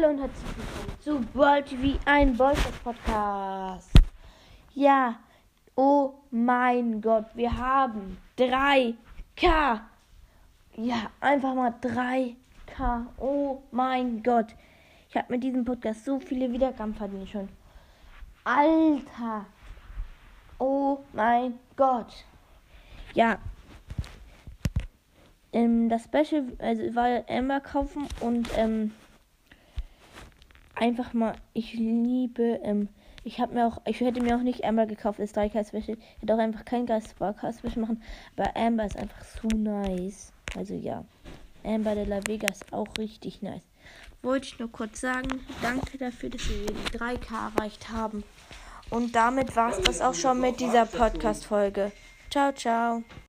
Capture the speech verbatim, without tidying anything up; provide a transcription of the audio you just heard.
Hallo und herzlich willkommen zu World T V, ein Podcast. Ja, oh mein Gott, wir haben drei K. Ja, einfach mal drei K. Oh mein Gott. Ich habe mit diesem Podcast so viele Wiedergaben verdient schon. Alter. Oh mein Gott. Ja. Ähm, das Special, also war Amber kaufen und ähm, einfach mal, ich liebe, ähm, ich habe mir auch, ich hätte mir auch nicht Amber gekauft, das drei K Special. Ich hätte auch einfach kein Geist Special machen, aber Amber ist einfach so nice. Also ja, Amber de la Vega ist auch richtig nice. Wollte ich nur kurz sagen, danke dafür, dass wir die drei K erreicht haben. Und damit war es das auch schon mit dieser Podcast-Folge. Ciao, ciao.